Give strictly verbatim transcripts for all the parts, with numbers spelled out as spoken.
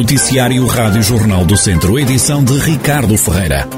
Noticiário Rádio Jornal do Centro, edição de Ricardo Ferreira.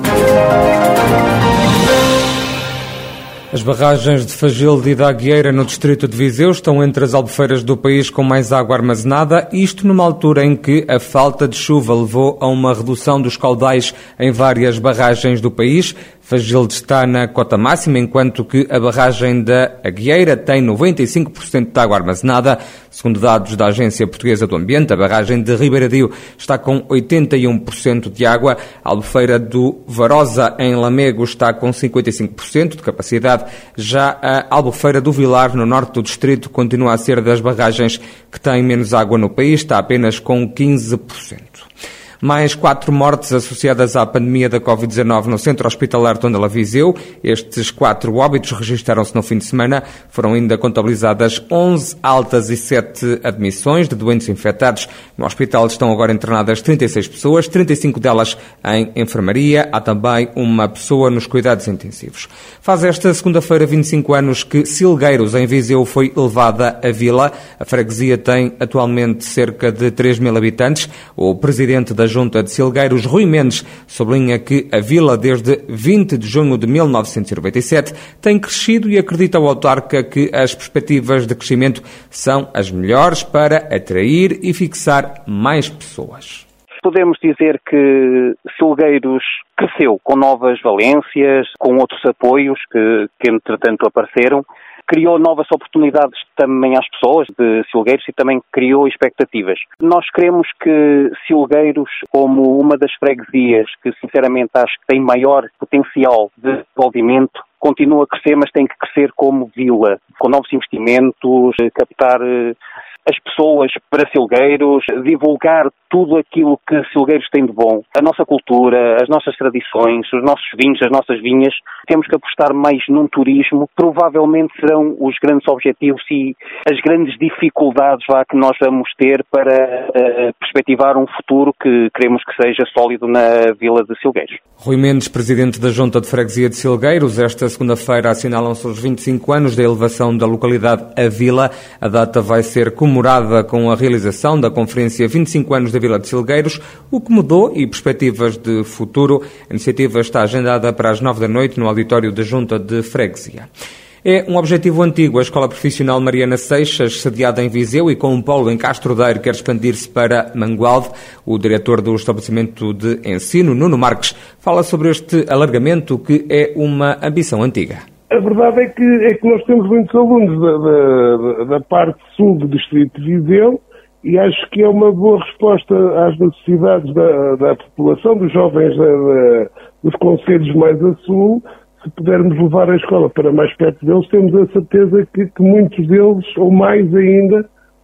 As barragens de Fagilde e da Agueira, no distrito de Viseu, estão entre as albufeiras do país com mais água armazenada, isto numa altura em que a falta de chuva levou a uma redução dos caudais em várias barragens do país. Fagilde está na cota máxima, enquanto que a barragem da Agueira tem noventa e cinco por cento de água armazenada. Segundo dados da Agência Portuguesa do Ambiente, a barragem de Ribeiradio está com oitenta e um por cento de água. A albufeira do Varosa, em Lamego, está com cinquenta e cinco por cento de capacidade. Já a albufeira do Vilar, no norte do distrito, continua a ser das barragens que têm menos água no país, está apenas com quinze por cento. Mais quatro mortes associadas à pandemia da covid dezanove no Centro Hospitalar Tondela Viseu. Estes quatro óbitos registaram-se no fim de semana. Foram ainda contabilizadas onze altas e sete admissões de doentes infectados. No hospital estão agora internadas trinta e seis pessoas, trinta e cinco delas em enfermaria. Há também uma pessoa nos cuidados intensivos. Faz esta segunda-feira vinte e cinco anos que Silgueiros, em Viseu, foi elevada a vila. A freguesia tem atualmente cerca de três mil habitantes. O presidente da Junta de Silgueiros, Rui Mendes, sublinha que a vila, desde vinte de junho de mil novecentos e noventa e sete, tem crescido e acredita ao autarca que as perspectivas de crescimento são as melhores para atrair e fixar mais pessoas. Podemos dizer que Silgueiros cresceu com novas valências, com outros apoios que, que entretanto apareceram. Criou novas oportunidades também às pessoas de Silgueiros e também criou expectativas. Nós queremos que Silgueiros, como uma das freguesias que sinceramente acho que tem maior potencial de desenvolvimento, continue a crescer, mas tem que crescer como vila, com novos investimentos, captar as pessoas para Silgueiros, divulgar tudo aquilo que Silgueiros tem de bom, a nossa cultura, as nossas tradições, os nossos vinhos, as nossas vinhas. Temos que apostar mais num turismo, provavelmente serão os grandes objetivos e as grandes dificuldades lá que nós vamos ter para uh, perspectivar um futuro que queremos que seja sólido na vila de Silgueiros. Rui Mendes, presidente da Junta de Freguesia de Silgueiros. Esta segunda-feira assinalam-se os vinte e cinco anos da elevação da localidade à vila. A data vai ser comemorada com a realização da Conferência vinte e cinco anos da Vila de Silgueiros, o que mudou e perspectivas de futuro. A iniciativa está agendada para as nove da noite no auditório da Junta de Freguesia. É um objetivo antigo. A Escola Profissional Mariana Seixas, sediada em Viseu e com um polo em Castro Daire, quer expandir-se para Mangualde. O diretor do estabelecimento de ensino, Nuno Marques, fala sobre este alargamento que é uma ambição antiga. A verdade é que, é que nós temos muitos alunos da, da, da parte sul do distrito de Viseu e acho que é uma boa resposta às necessidades da, da população, dos jovens da, da, dos concelhos mais a sul. Se pudermos levar a escola para mais perto deles, temos a certeza que, que muitos deles, ou mais ainda,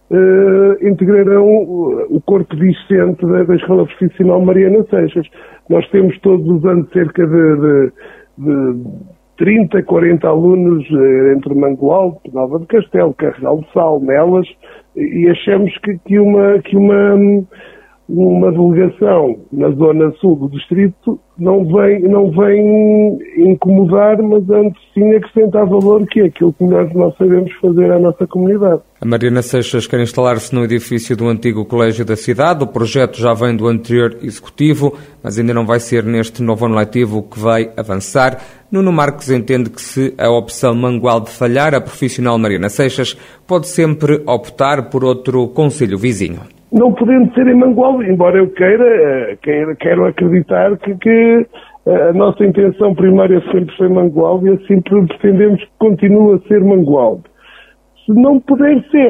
uh, integrarão o, o corpo discente da, da Escola Profissional Mariana Seixas. Nós temos todos os anos cerca de, de, de trinta, quarenta alunos uh, entre Mangualde, Nova de Castelo, Carregal de Sal, Nelas, e achamos que, que uma... Que uma uma delegação na zona sul do distrito não vem, não vem incomodar, mas antes sim acrescentar valor, que é aquilo que nós, nós sabemos fazer à nossa comunidade. A Mariana Seixas quer instalar-se no edifício do antigo colégio da cidade. O projeto já vem do anterior executivo, mas ainda não vai ser neste novo ano letivo que vai avançar. Nuno Marques entende que, se a opção Mangualde falhar, a profissional Mariana Seixas pode sempre optar por outro concelho vizinho. Não podendo ser em Mangualde, embora eu queira, queira quero acreditar que, que a nossa intenção primária sempre foi Mangualde e assim pretendemos que continue a ser Mangualde. Se não puder ser,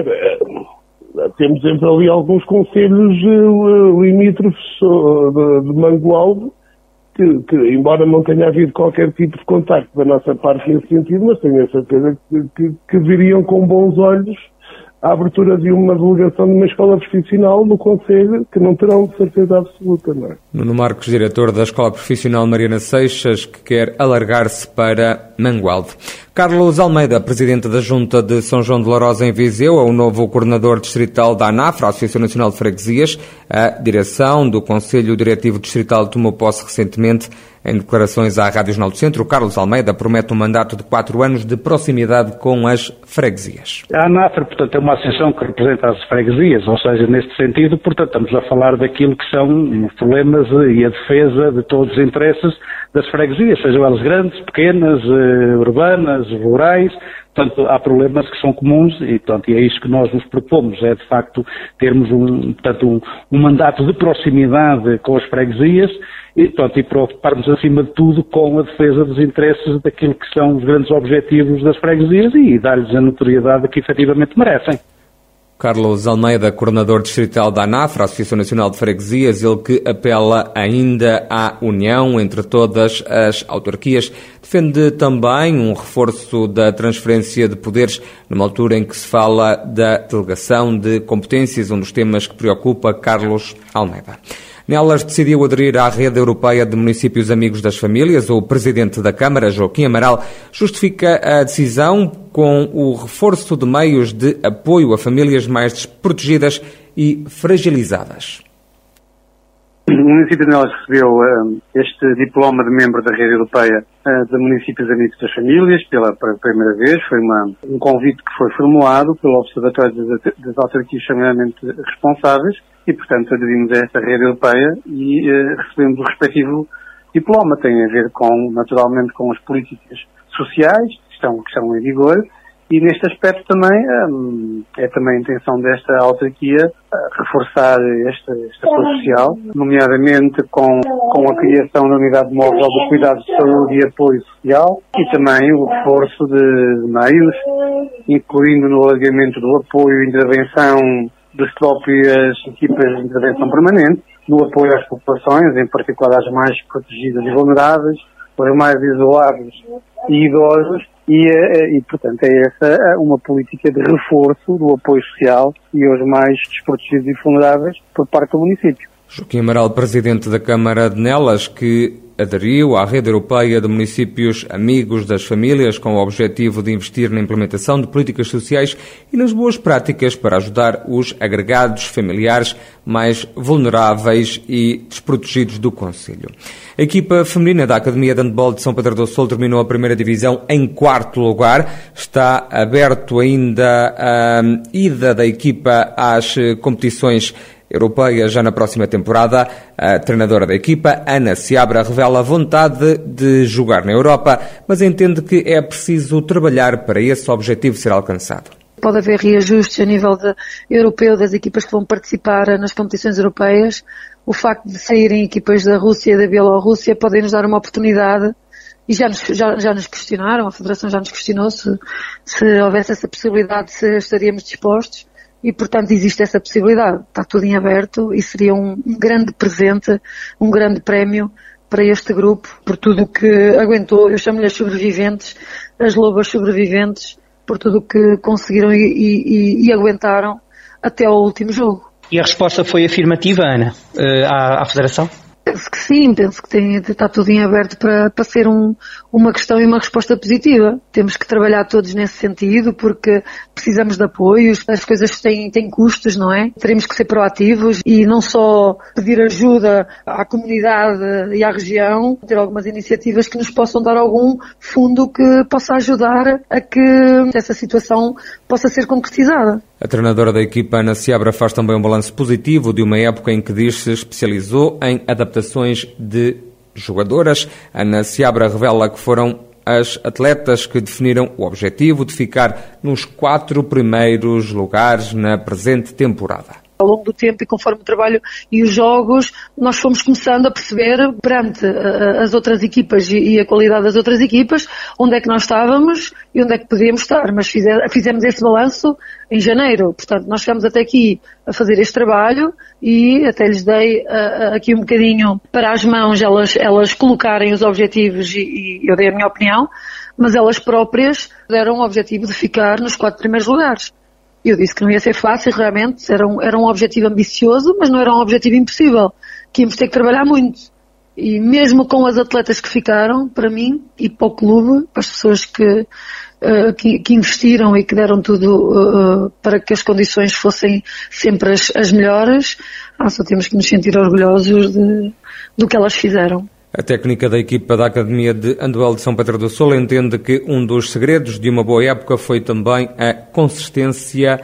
temos sempre ali alguns concelhos limítrofes de, de Mangualde, que, que embora não tenha havido qualquer tipo de contacto da nossa parte nesse sentido, mas tenho a certeza que, que, que viriam com bons olhos a abertura de uma delegação de uma escola profissional no concelho, que não terão de certeza absoluta, não é? Nuno Marques, diretor da Escola Profissional Mariana Seixas, que quer alargar-se para Mangualde. Carlos Almeida, presidente da Junta de São João de Lourosa em Viseu, é o novo coordenador distrital da ANAFRA, a Associação Nacional de Freguesias. A direção do Conselho Diretivo Distrital tomou posse recentemente. Em declarações à Rádio Jornal do Centro, Carlos Almeida promete um mandato de quatro anos de proximidade com as freguesias. A ANAFRA, portanto, é uma associação que representa as freguesias, ou seja, neste sentido, portanto, estamos a falar daquilo que são os problemas e a defesa de todos os interesses das freguesias, sejam elas grandes, pequenas, urbanas, rurais. Portanto, há problemas que são comuns e, portanto, e é isso que nós nos propomos, é de facto termos um, portanto, um, um mandato de proximidade com as freguesias e, portanto, e preocuparmos acima de tudo com a defesa dos interesses daquilo que são os grandes objetivos das freguesias e dar-lhes a notoriedade que efetivamente merecem. Carlos Almeida, coordenador distrital da ANAFRA, Associação Nacional de Freguesias, ele que apela ainda à união entre todas as autarquias, defende também um reforço da transferência de poderes, numa altura em que se fala da delegação de competências, um dos temas que preocupa Carlos Almeida. Nelas decidiu aderir à Rede Europeia de Municípios Amigos das Famílias. O presidente da Câmara, Joaquim Amaral, justifica a decisão com o reforço de meios de apoio a famílias mais desprotegidas e fragilizadas. O município de Nelas recebeu uh, este diploma de membro da Rede Europeia uh, de Municípios Amigos das Famílias pela, pela primeira vez. Foi uma, um convite que foi formulado pelo Observatório das, das Autarquias Extremamente Responsáveis e, portanto, aderimos a esta Rede Europeia e uh, recebemos o respectivo diploma. Tem a ver, com, naturalmente, com as políticas sociais que estão, que estão em vigor. E neste aspecto também um, é também a intenção desta autarquia uh, reforçar esta, esta apoio social, nomeadamente com, com a criação da unidade móvel de cuidados de saúde e apoio social e também o reforço de meios, incluindo no alargamento do apoio e intervenção das próprias equipas de intervenção permanente, no apoio às populações, em particular às mais protegidas e vulneráveis, os mais isolados e idosos, e, e, portanto, é essa uma política de reforço do apoio social e aos mais desprotegidos e vulneráveis por parte do município. Joaquim Amaral, presidente da Câmara de Nelas, que aderiu à Rede Europeia de Municípios Amigos das Famílias com o objetivo de investir na implementação de políticas sociais e nas boas práticas para ajudar os agregados familiares mais vulneráveis e desprotegidos do concelho. A equipa feminina da Academia de Handball de São Pedro do Sul terminou a primeira divisão em quarto lugar. Está aberto ainda a ida da equipa às competições europeia já na próxima temporada. A treinadora da equipa, Ana Seabra, revela a vontade de jogar na Europa, mas entende que é preciso trabalhar para esse objetivo ser alcançado. Pode haver reajustes a nível de, europeu das equipas que vão participar nas competições europeias. O facto de saírem equipas da Rússia e da Bielorrússia podem nos dar uma oportunidade, e já nos, já, já nos questionaram, a Federação já nos questionou se, se houvesse essa possibilidade, se estaríamos dispostos. E, portanto, existe essa possibilidade. Está tudo em aberto e seria um, um grande presente, um grande prémio para este grupo, por tudo o que aguentou. Eu chamo-lhe as sobreviventes, as lobas sobreviventes, por tudo o que conseguiram e, e, e aguentaram até ao último jogo. E a resposta foi afirmativa, Ana, à, à Federação? Penso que sim, penso que tem, está tudo em aberto para, para ser um, uma questão e uma resposta positiva. Temos que trabalhar todos nesse sentido, porque precisamos de apoios, as coisas têm, têm custos, não é? Teremos que ser proativos e não só pedir ajuda à comunidade e à região, ter algumas iniciativas que nos possam dar algum fundo que possa ajudar a que essa situação possa ser concretizada. A treinadora da equipa, Ana Seabra, faz também um balanço positivo de uma época em que diz se especializou em adaptações de jogadoras. Ana Seabra revela que foram as atletas que definiram o objetivo de ficar nos quatro primeiros lugares na presente temporada. Ao longo do tempo e conforme o trabalho e os jogos, nós fomos começando a perceber perante as outras equipas e a qualidade das outras equipas, onde é que nós estávamos e onde é que podíamos estar. Mas fizemos esse balanço em janeiro. Portanto, nós chegamos até aqui a fazer este trabalho e até lhes dei uh, aqui um bocadinho para as mãos elas, elas colocarem os objetivos e, e eu dei a minha opinião, mas elas próprias deram o objetivo de ficar nos quatro primeiros lugares. Eu disse que não ia ser fácil, realmente, era um, era um objetivo ambicioso, mas não era um objetivo impossível, que íamos ter que trabalhar muito. E mesmo com as atletas que ficaram, para mim, e para o clube, para as pessoas que, uh, que, que investiram e que deram tudo uh, para que as condições fossem sempre as, as melhores, ah, só temos que nos sentir orgulhosos de, do que elas fizeram. A técnica da equipa da Academia de Handball de São Pedro do Sul entende que um dos segredos de uma boa época foi também a consistência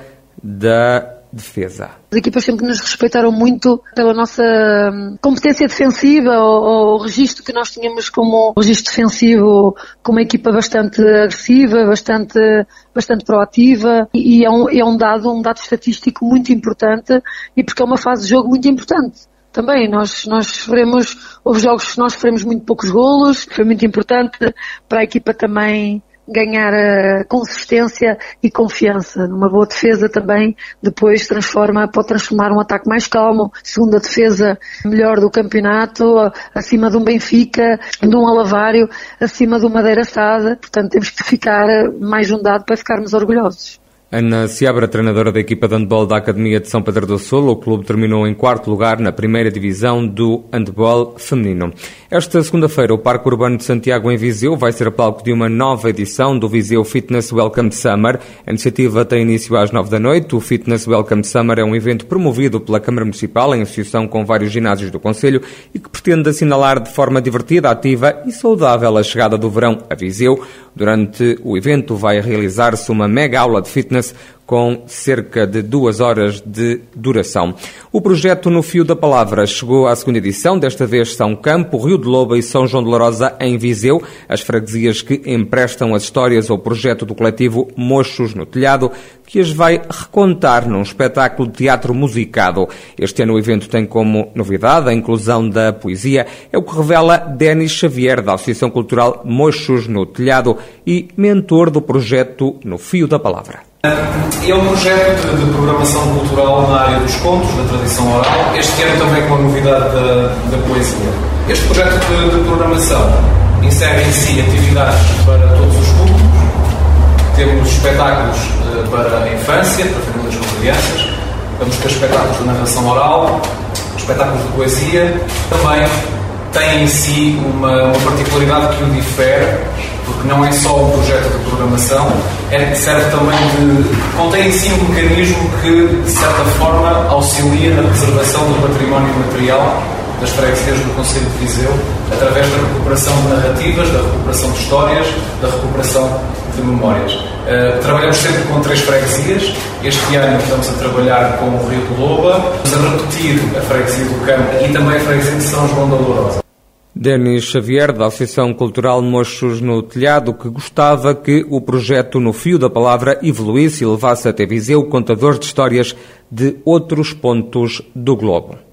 da defesa. As equipas sempre nos respeitaram muito pela nossa competência defensiva, ou o registro que nós tínhamos como registro defensivo, com uma equipa bastante agressiva, bastante, bastante proativa, e é um, é um dado, um dado estatístico muito importante, e porque é uma fase de jogo muito importante. Também, nós, nós sofremos, houve jogos que nós sofremos muito poucos golos, foi muito importante para a equipa também ganhar a consistência e confiança. Numa boa defesa também, depois transforma, pode transformar um ataque mais calmo, segunda defesa melhor do campeonato, acima de um Benfica, de um Alavário, acima do Madeira Sada. Portanto, temos que ficar mais um dado para ficarmos orgulhosos. Ana Seabra, treinadora da equipa de handball da Academia de São Pedro do Sul, o clube terminou em quarto lugar na primeira divisão do handball feminino. Esta segunda-feira, o Parque Urbano de Santiago, em Viseu, vai ser palco de uma nova edição do Viseu Fitness Welcome Summer. A iniciativa tem início às nove da noite. O Fitness Welcome Summer é um evento promovido pela Câmara Municipal em associação com vários ginásios do concelho e que pretende assinalar de forma divertida, ativa e saudável a chegada do verão a Viseu. Durante o evento vai realizar-se uma mega aula de fitness com cerca de duas horas de duração. O projeto No Fio da Palavra chegou à segunda edição, desta vez São Campo, Rio de Loba e São João de Lourosa, em Viseu, as freguesias que emprestam as histórias ao projeto do coletivo Mochos no Telhado, que as vai recontar num espetáculo de teatro musicado. Este ano o evento tem como novidade a inclusão da poesia, é o que revela Denis Xavier, da Associação Cultural Mochos no Telhado e mentor do projeto No Fio da Palavra. É um projeto de, de programação cultural na área dos contos, da tradição oral, este ano também com a novidade da, da poesia. Este projeto de, de programação insere em si atividades para todos os públicos, temos espetáculos uh, para a infância, para famílias com crianças, vamos ter espetáculos de narração oral, espetáculos de poesia, também tem em si uma, uma particularidade que o difere, porque não é só um projeto de programação, é que serve também de... contém em si um mecanismo que, de certa forma, auxilia na preservação do património material das freguesias do concelho de Viseu, através da recuperação de narrativas, da recuperação de histórias, da recuperação de memórias. Uh, trabalhamos sempre com três freguesias. Este ano estamos a trabalhar com o Rio de Loba, estamos a repetir a freguesia do Campo e também a freguesia de São João da Lourosa. Denis Xavier, da Associação Cultural Mochos no Telhado, que gostava que o projeto No Fio da Palavra evoluísse e levasse até Viseu contadores de histórias de outros pontos do globo.